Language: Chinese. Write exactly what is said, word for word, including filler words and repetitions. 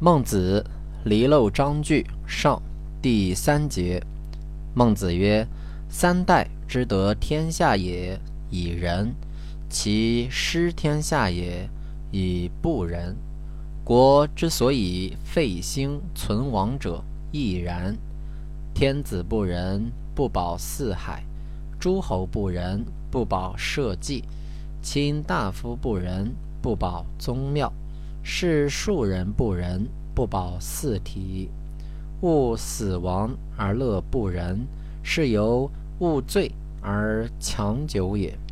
孟子离娄章句上第三节。孟子曰：三代之得天下也，以仁；其失天下也，以不仁。国之所以废兴存亡者，亦然。天子不仁，不保四海；诸侯不仁，不保社稷；卿大夫不仁，不保宗庙；士庶人不仁，不保四体。勿死亡而乐不仁，是由勿罪而强久也。